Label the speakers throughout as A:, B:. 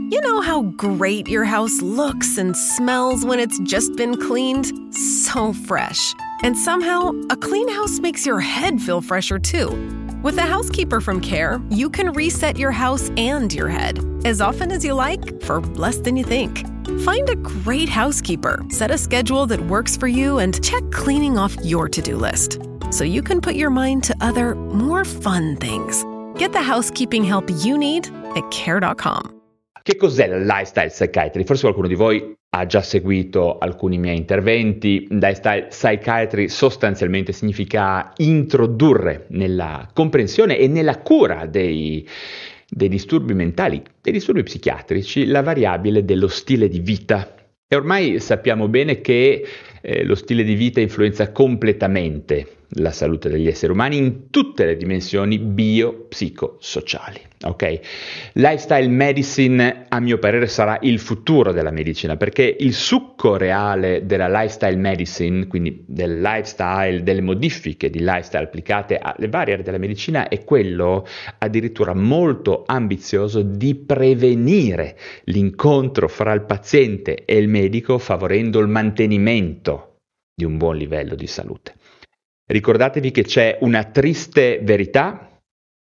A: You know how great your house looks and smells when it's just been cleaned? So fresh. And somehow, a clean house makes your head feel fresher too. With a housekeeper from Care, you can reset your house and your head as often as you like for less than you think. Find a great housekeeper, set a schedule that works for you, and check cleaning off your to-do list so you can put your mind to other, more fun things. Get the housekeeping help you need at care.com.
B: Che cos'è la Lifestyle Psychiatry? Forse qualcuno di voi ha già seguito alcuni miei interventi. Lifestyle Psychiatry sostanzialmente significa introdurre nella comprensione e nella cura dei disturbi mentali, dei disturbi psichiatrici, la variabile dello stile di vita. E ormai sappiamo bene che lo stile di vita influenza completamente la salute degli esseri umani in tutte le dimensioni bio-psico-sociali. Ok? Lifestyle medicine, a mio parere, sarà il futuro della medicina, perché il succo reale della lifestyle medicine, quindi del lifestyle, delle modifiche di lifestyle applicate alle varie aree della medicina, è quello addirittura molto ambizioso di prevenire l'incontro fra il paziente e il medico, favorendo il mantenimento di un buon livello di salute. Ricordatevi che c'è una triste verità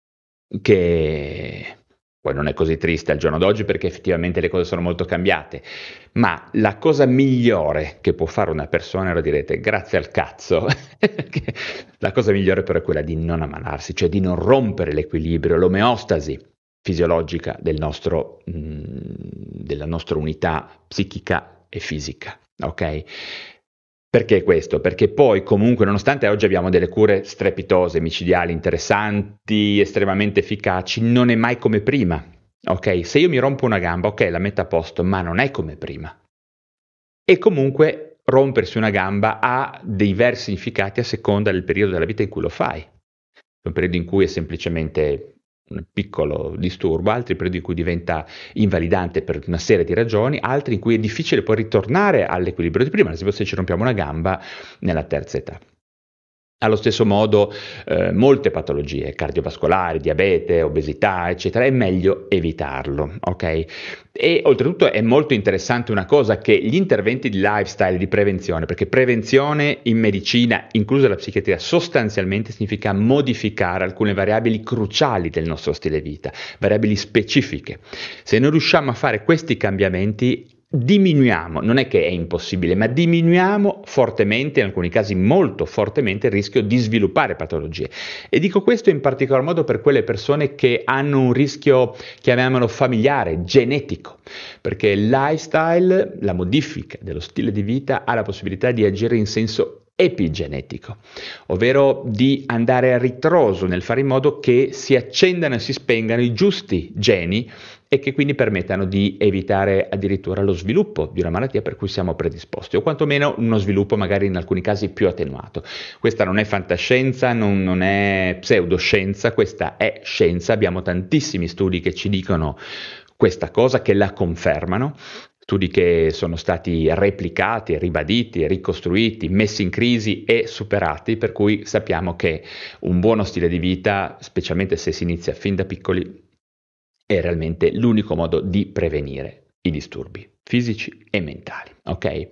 B: che poi non è così triste al giorno d'oggi perché effettivamente le cose sono molto cambiate, ma la cosa migliore che può fare una persona, lo direte, grazie al cazzo, la cosa migliore però è quella di non ammalarsi, cioè di non rompere l'equilibrio, l'omeostasi fisiologica della nostra unità psichica e fisica, ok? Perché questo? Perché poi comunque, nonostante oggi abbiamo delle cure strepitose, micidiali, interessanti, estremamente efficaci, non è mai come prima. Ok? Se io mi rompo una gamba, ok, la metto a posto, ma non è come prima. E comunque rompersi una gamba ha dei diversi significati a seconda del periodo della vita in cui lo fai. C'è un periodo in cui è semplicemente un piccolo disturbo, altri periodi in cui diventa invalidante per una serie di ragioni, altri in cui è difficile poi ritornare all'equilibrio di prima, ad esempio se ci rompiamo una gamba nella terza età. Allo stesso modo molte patologie cardiovascolari, diabete, obesità, eccetera, è meglio evitarlo, ok? E oltretutto è molto interessante una cosa, che gli interventi di lifestyle, di prevenzione, perché prevenzione in medicina, inclusa la psichiatria, sostanzialmente significa modificare alcune variabili cruciali del nostro stile di vita, variabili specifiche. Se noi riusciamo a fare questi cambiamenti, diminuiamo, non è che è impossibile, ma diminuiamo fortemente, in alcuni casi molto fortemente, il rischio di sviluppare patologie. E dico questo in particolar modo per quelle persone che hanno un rischio, chiamiamolo familiare, genetico, perché il lifestyle, la modifica dello stile di vita, ha la possibilità di agire in senso epigenetico, ovvero di andare a ritroso nel fare in modo che si accendano e si spengano i giusti geni e che quindi permettano di evitare addirittura lo sviluppo di una malattia per cui siamo predisposti, o quantomeno uno sviluppo magari in alcuni casi più attenuato. Questa non è fantascienza, non è pseudoscienza, questa è scienza. Abbiamo tantissimi studi che ci dicono questa cosa, che la confermano, studi che sono stati replicati, ribaditi, ricostruiti, messi in crisi e superati, per cui sappiamo che un buono stile di vita, specialmente se si inizia fin da piccoli, è realmente l'unico modo di prevenire i disturbi fisici e mentali, ok?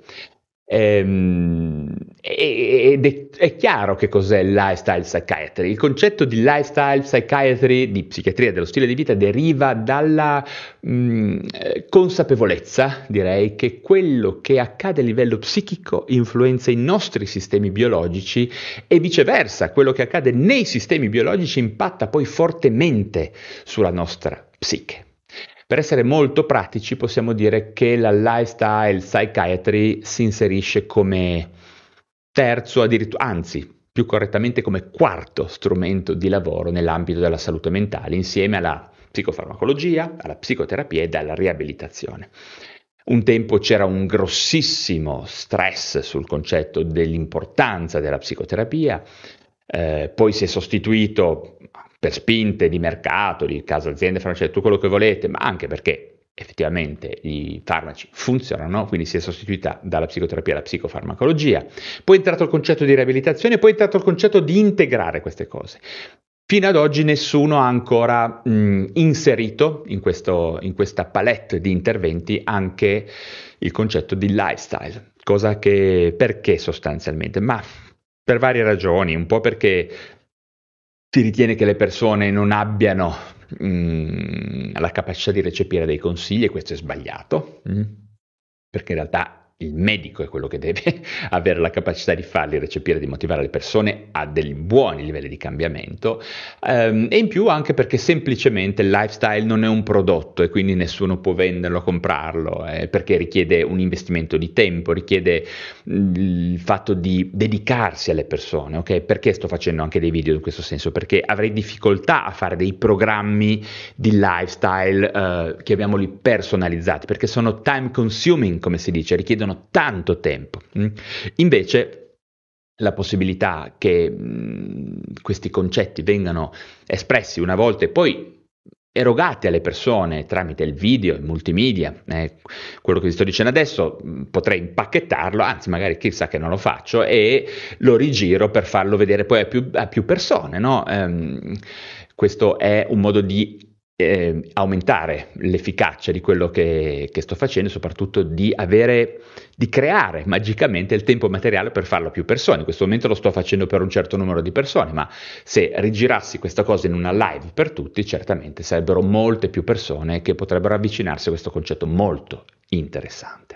B: Ed è chiaro che cos'è il lifestyle psychiatry. Il concetto di lifestyle psychiatry, di psichiatria dello stile di vita, deriva dalla consapevolezza, direi, che quello che accade a livello psichico influenza i nostri sistemi biologici e viceversa, quello che accade nei sistemi biologici impatta poi fortemente sulla nostra psiche. Per essere molto pratici possiamo dire che la lifestyle psychiatry si inserisce come terzo, addirittura, anzi più correttamente come quarto strumento di lavoro nell'ambito della salute mentale, insieme alla psicofarmacologia, alla psicoterapia e alla riabilitazione. Un tempo c'era un grossissimo stress sul concetto dell'importanza della psicoterapia, poi si è sostituito per spinte di mercato, di case aziende farmaceutiche, tutto quello che volete, ma anche perché effettivamente i farmaci funzionano, quindi si è sostituita dalla psicoterapia alla psicofarmacologia. Poi è entrato il concetto di riabilitazione, poi è entrato il concetto di integrare queste cose. Fino ad oggi nessuno ha ancora inserito in questa palette di interventi anche il concetto di lifestyle, perché sostanzialmente? Ma per varie ragioni, un po' perché si ritiene che le persone non abbiano la capacità di recepire dei consigli, e questo è sbagliato, perché in realtà il medico è quello che deve avere la capacità di farli recepire, di motivare le persone a dei buoni livelli di cambiamento, e in più anche perché semplicemente il lifestyle non è un prodotto e quindi nessuno può venderlo, comprarlo, perché richiede un investimento di tempo, richiede il fatto di dedicarsi alle persone, ok? Perché sto facendo anche dei video in questo senso? Perché avrei difficoltà a fare dei programmi di lifestyle, chiamiamoli personalizzati, perché sono time consuming, come si dice, richiedono tanto tempo. Invece la possibilità che questi concetti vengano espressi una volta e poi erogati alle persone tramite il video, il multimedia, quello che vi sto dicendo adesso, potrei impacchettarlo, anzi magari chissà che non lo faccio, e lo rigiro per farlo vedere poi a più persone, no? Questo è un modo di aumentare l'efficacia di quello che sto facendo, e soprattutto di creare magicamente il tempo materiale per farlo a più persone. In questo momento lo sto facendo per un certo numero di persone, ma se rigirassi questa cosa in una live per tutti, certamente sarebbero molte più persone che potrebbero avvicinarsi a questo concetto molto interessante.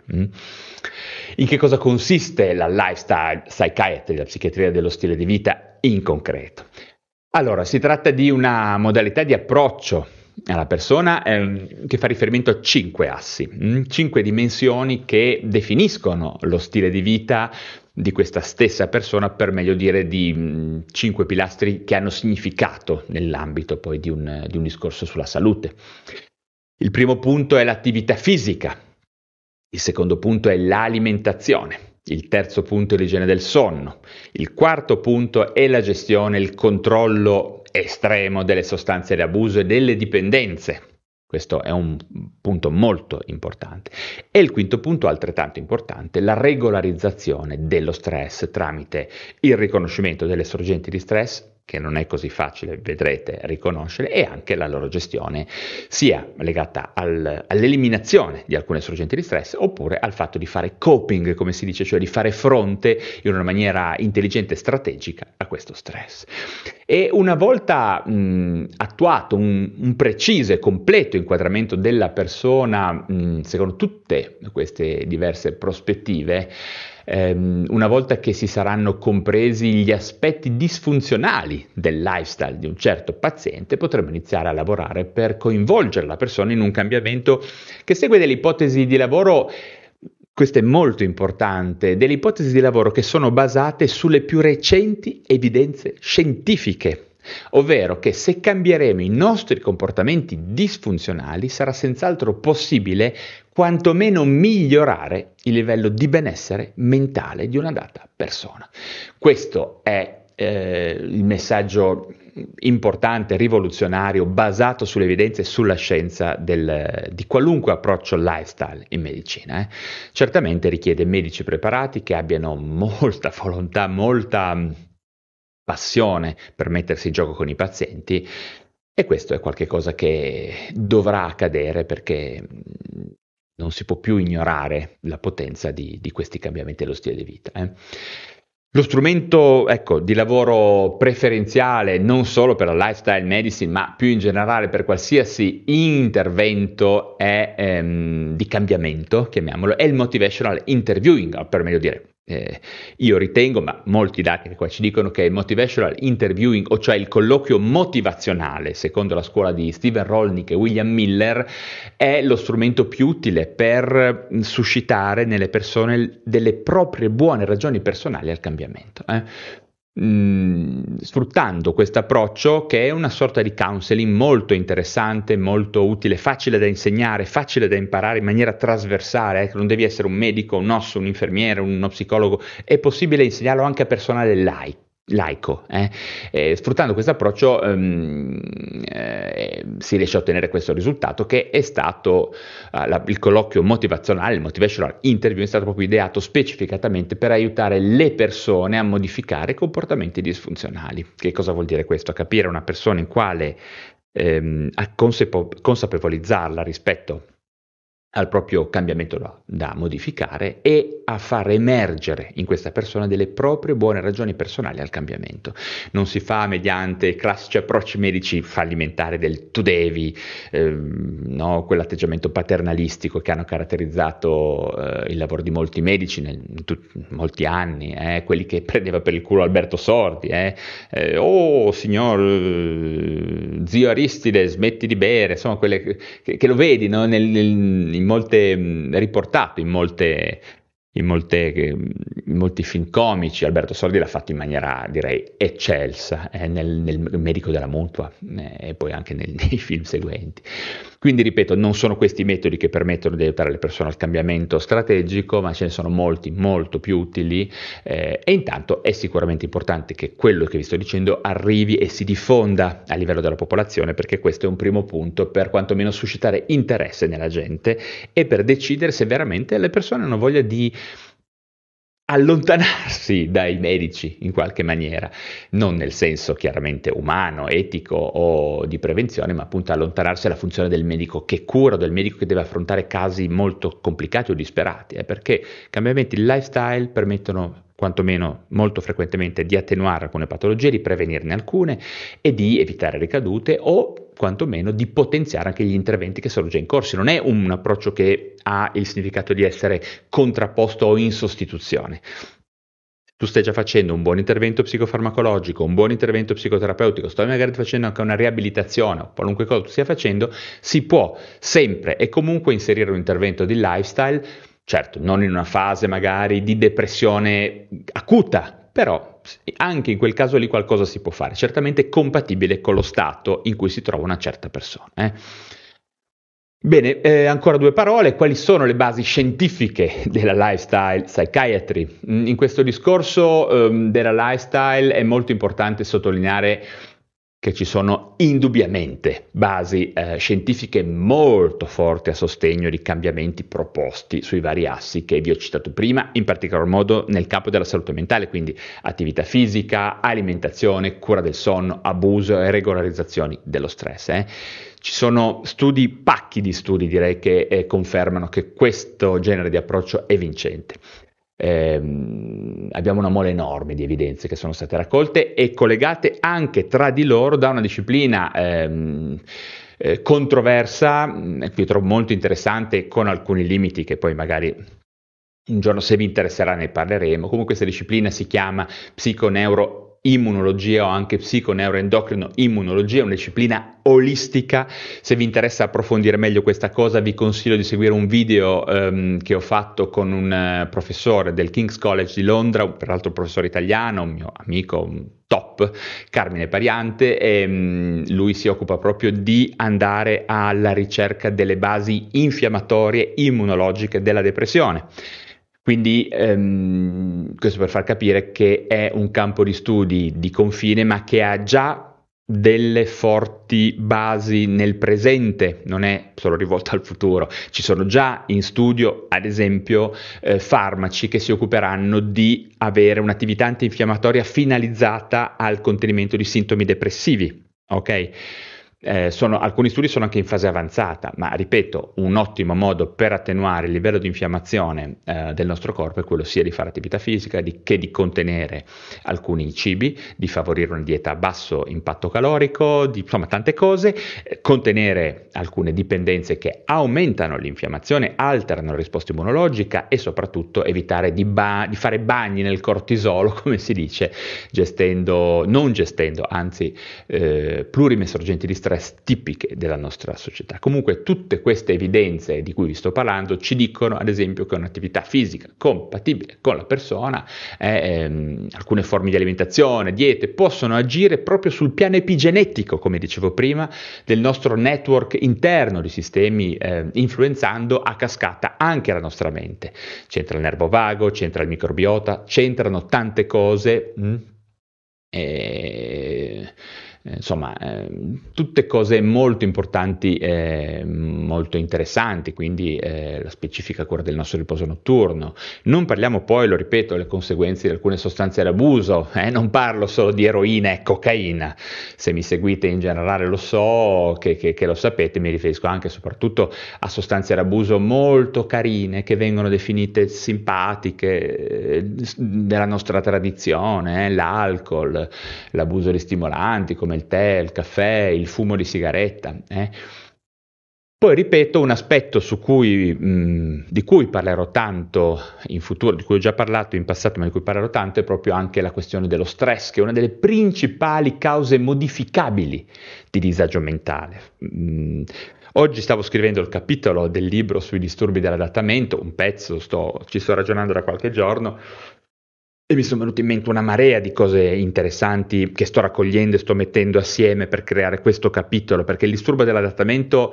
B: In che cosa consiste la lifestyle psychiatry, la psichiatria dello stile di vita in concreto? Allora, si tratta di una modalità di approccio alla persona che fa riferimento a 5 assi, 5 dimensioni che definiscono lo stile di vita di questa stessa persona, per meglio dire di 5 pilastri che hanno significato nell'ambito poi di un discorso sulla salute. Il primo punto è l'attività fisica, il secondo punto è l'alimentazione, il terzo punto è l'igiene del sonno, il quarto punto è la gestione, il controllo estremo delle sostanze d'abuso e delle dipendenze. Questo è un punto molto importante. E il quinto punto, altrettanto importante, la regolarizzazione dello stress tramite il riconoscimento delle sorgenti di stress, che non è così facile, vedrete, riconoscere, e anche la loro gestione, sia legata all'eliminazione di alcune sorgenti di stress, oppure al fatto di fare coping, come si dice, cioè di fare fronte in una maniera intelligente e strategica a questo stress. E una volta attuato un preciso e completo inquadramento della persona, secondo tutte queste diverse prospettive, una volta che si saranno compresi gli aspetti disfunzionali del lifestyle di un certo paziente, potremo iniziare a lavorare per coinvolgere la persona in un cambiamento che segue delle ipotesi di lavoro. Questo è molto importante, delle ipotesi di lavoro che sono basate sulle più recenti evidenze scientifiche, ovvero che se cambieremo i nostri comportamenti disfunzionali sarà senz'altro possibile quantomeno migliorare il livello di benessere mentale di una data persona. Questo è il messaggio importante, rivoluzionario, basato sulle evidenze e sulla scienza di qualunque approccio lifestyle in medicina. Certamente richiede medici preparati che abbiano molta volontà, molta passione per mettersi in gioco con i pazienti, e questo è qualcosa che dovrà accadere, perché non si può più ignorare la potenza di questi cambiamenti dello stile di vita. Lo strumento, di lavoro preferenziale non solo per la lifestyle medicine, ma più in generale per qualsiasi intervento di cambiamento, chiamiamolo, è il motivational interviewing, per meglio dire. Io ritengo, ma molti dati qua ci dicono, che il motivational interviewing, o cioè il colloquio motivazionale, secondo la scuola di Stephen Rollnick e William Miller, è lo strumento più utile per suscitare nelle persone delle proprie buone ragioni personali al cambiamento. Sfruttando questo approccio, che è una sorta di counseling molto interessante, molto utile, facile da insegnare, facile da imparare in maniera trasversale, non devi essere un medico, un osso, un infermiere, uno psicologo, è possibile insegnarlo anche a personale laico. laico. Sfruttando questo approccio si riesce a ottenere questo risultato, che è stato il colloquio motivazionale, il motivational interview, è stato proprio ideato specificatamente per aiutare le persone a modificare comportamenti disfunzionali. Che cosa vuol dire questo? Capire una persona in quale a consapevolizzarla rispetto al proprio cambiamento da modificare e a far emergere in questa persona delle proprie buone ragioni personali al cambiamento. Non si fa mediante classici approcci medici fallimentari del tu devi, no? Quell'atteggiamento paternalistico che hanno caratterizzato il lavoro di molti medici molti anni, quelli che prendeva per il culo Alberto Sordi, oh signor zio Aristide, smetti di bere, insomma quelle che lo vedi, no? Riportato in molti film comici. Alberto Sordi l'ha fatto in maniera, direi, eccelsa, nel Medico della Mutua, e poi anche nei film seguenti. Quindi, ripeto, non sono questi metodi che permettono di aiutare le persone al cambiamento strategico, ma ce ne sono molti, molto più utili, e intanto è sicuramente importante che quello che vi sto dicendo arrivi e si diffonda a livello della popolazione, perché questo è un primo punto per quantomeno suscitare interesse nella gente e per decidere se veramente le persone hanno voglia di allontanarsi dai medici in qualche maniera, non nel senso chiaramente umano, etico o di prevenzione, ma appunto allontanarsi dalla funzione del medico che cura, del medico che deve affrontare casi molto complicati o disperati, perché cambiamenti di lifestyle permettono quantomeno molto frequentemente di attenuare alcune patologie, di prevenirne alcune e di evitare ricadute, o quantomeno di potenziare anche gli interventi che sono già in corso. Non è un approccio che ha il significato di essere contrapposto o in sostituzione. Tu stai già facendo un buon intervento psicofarmacologico, un buon intervento psicoterapeutico, stai magari facendo anche una riabilitazione o qualunque cosa tu stia facendo, si può sempre e comunque inserire un intervento di lifestyle, certo non in una fase magari di depressione acuta, però anche in quel caso lì qualcosa si può fare, certamente compatibile con lo stato in cui si trova una certa persona. Bene, ancora due parole. Quali sono le basi scientifiche della lifestyle psychiatry? In questo discorso della lifestyle è molto importante sottolineare che ci sono indubbiamente basi scientifiche molto forti a sostegno di cambiamenti proposti sui vari assi che vi ho citato prima, in particolar modo nel campo della salute mentale, quindi attività fisica, alimentazione, cura del sonno, abuso e regolarizzazioni dello stress. Ci sono pacchi di studi direi che confermano che questo genere di approccio è vincente. Abbiamo una mole enorme di evidenze che sono state raccolte e collegate anche tra di loro da una disciplina controversa, che io trovo molto interessante, con alcuni limiti che poi magari un giorno, se vi interesserà, ne parleremo. Comunque questa disciplina si chiama psiconeuroimmunologia o anche psiconeuroendocrino-immunologia, una disciplina olistica. Se vi interessa approfondire meglio questa cosa, vi consiglio di seguire un video che ho fatto con un professore del King's College di Londra, peraltro un professore italiano, un mio amico, un top, Carmine Pariante, e lui si occupa proprio di andare alla ricerca delle basi infiammatorie immunologiche della depressione. Quindi questo per far capire che è un campo di studi di confine, ma che ha già delle forti basi nel presente, non è solo rivolto al futuro. Ci sono già in studio, ad esempio, farmaci che si occuperanno di avere un'attività antinfiammatoria finalizzata al contenimento di sintomi depressivi, ok? Alcuni studi sono anche in fase avanzata, ma ripeto, un ottimo modo per attenuare il livello di infiammazione del nostro corpo è quello sia di fare attività fisica che di contenere alcuni cibi, di favorire una dieta a basso impatto calorico, insomma tante cose, contenere alcune dipendenze che aumentano l'infiammazione, alterano la risposta immunologica e soprattutto evitare di fare bagni nel cortisolo, come si dice, anzi plurime sorgenti di stress tipiche della nostra società. Comunque tutte queste evidenze di cui vi sto parlando ci dicono ad esempio che un'attività fisica compatibile con la persona, alcune forme di alimentazione, diete possono agire proprio sul piano epigenetico, come dicevo prima, del nostro network interno di sistemi, influenzando a cascata anche la nostra mente. C'entra il nervo vago, c'entra il microbiota, c'entrano tante cose Insomma, tutte cose molto importanti, molto interessanti, quindi la specifica cura del nostro riposo notturno. Non parliamo poi, lo ripeto, delle conseguenze di alcune sostanze d'abuso, non parlo solo di eroina e cocaina. Se mi seguite in generale lo so, che lo sapete, mi riferisco anche e soprattutto a sostanze d'abuso molto carine, che vengono definite simpatiche della nostra tradizione, l'alcol, l'abuso di stimolanti come il tè, il caffè, il fumo di sigaretta. Poi ripeto, un aspetto di cui parlerò tanto in futuro, di cui ho già parlato in passato, ma di cui parlerò tanto, è proprio anche la questione dello stress, che è una delle principali cause modificabili di disagio mentale. Oggi stavo scrivendo il capitolo del libro sui disturbi dell'adattamento, un pezzo, ci sto ragionando da qualche giorno, e mi sono venuto in mente una marea di cose interessanti che sto raccogliendo e sto mettendo assieme per creare questo capitolo, perché il disturbo dell'adattamento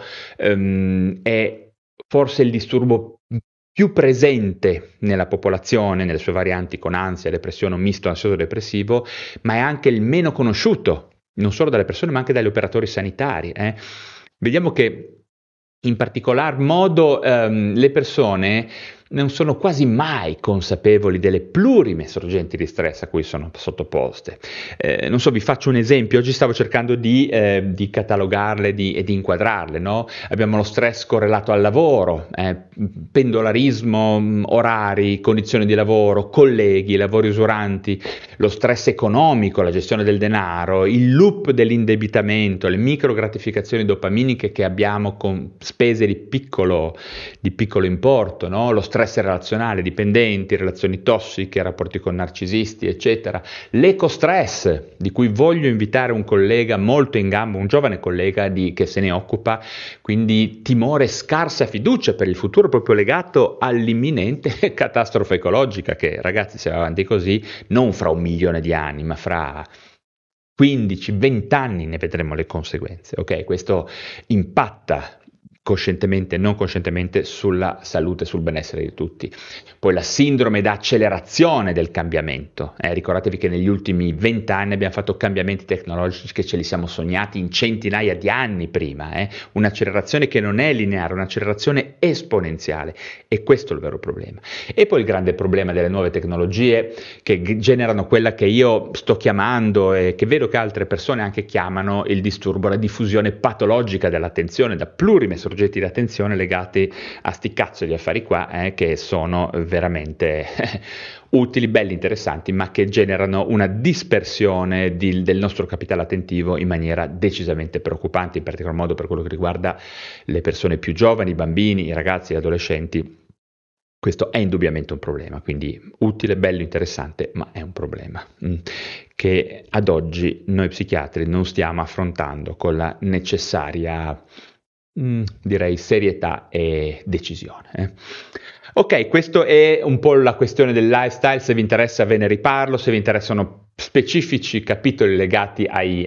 B: è forse il disturbo più presente nella popolazione, nelle sue varianti con ansia, depressione o misto ansioso-depressivo, ma è anche il meno conosciuto, non solo dalle persone ma anche dagli operatori sanitari. Vediamo che in particolar modo le persone non sono quasi mai consapevoli delle plurime sorgenti di stress a cui sono sottoposte. Non so, vi faccio un esempio. Oggi stavo cercando di catalogarle e di inquadrarle, no? Abbiamo lo stress correlato al lavoro, pendolarismo, orari, condizioni di lavoro, colleghi, lavori usuranti, lo stress economico, la gestione del denaro, il loop dell'indebitamento, le micro gratificazioni dopaminiche che abbiamo con spese di piccolo importo, no? Lo stress relazionale, dipendenti, relazioni tossiche, rapporti con narcisisti, eccetera. L'ecostress, di cui voglio invitare un collega molto in gamba, un giovane collega che se ne occupa, quindi timore, scarsa fiducia per il futuro, proprio legato all'imminente catastrofe ecologica, che ragazzi, se va avanti così, non fra 1 milione di anni, ma fra 15-20 anni ne vedremo le conseguenze. Ok, questo impatta coscientemente e non coscientemente sulla salute e sul benessere di tutti. Poi la sindrome da accelerazione del cambiamento. Ricordatevi che negli ultimi 20 anni abbiamo fatto cambiamenti tecnologici che ce li siamo sognati in centinaia di anni prima. Un'accelerazione che non è lineare, un'accelerazione esponenziale. E questo è il vero problema. E poi il grande problema delle nuove tecnologie che generano quella che io sto chiamando e che vedo che altre persone anche chiamano il disturbo, la diffusione patologica dell'attenzione da plurime sorgenti di attenzione legati a sti cazzo di affari qua, che sono veramente utili, belli, interessanti, ma che generano una dispersione del nostro capitale attentivo in maniera decisamente preoccupante, in particolar modo per quello che riguarda le persone più giovani, i bambini, i ragazzi, gli adolescenti. Questo è indubbiamente un problema, quindi utile, bello, interessante, ma è un problema che ad oggi noi psichiatri non stiamo affrontando con la necessaria direi serietà e decisione. Ok, questo è un po' la questione del lifestyle. Se vi interessa ve ne riparlo, se vi interessano specifici capitoli legati ai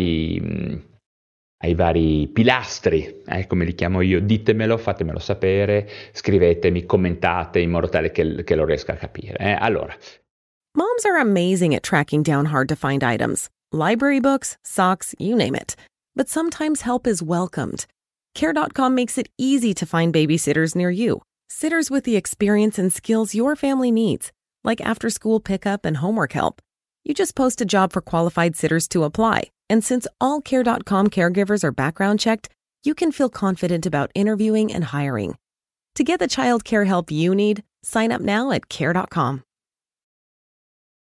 B: vari pilastri, come li chiamo io, ditemelo, fatemelo sapere, scrivetemi, commentate in modo tale che lo riesca a capire. Allora,
A: Moms are amazing at tracking down hard to find items. Library books, socks, you name it. But sometimes help is welcomed. Care.com makes it easy to find babysitters near you. Sitters with the experience and skills your family needs, like after-school pickup and homework help. You just post a job for qualified sitters to apply. And since all Care.com caregivers are background checked, you can feel confident about interviewing and hiring. To get the child care help you need, sign up now at Care.com.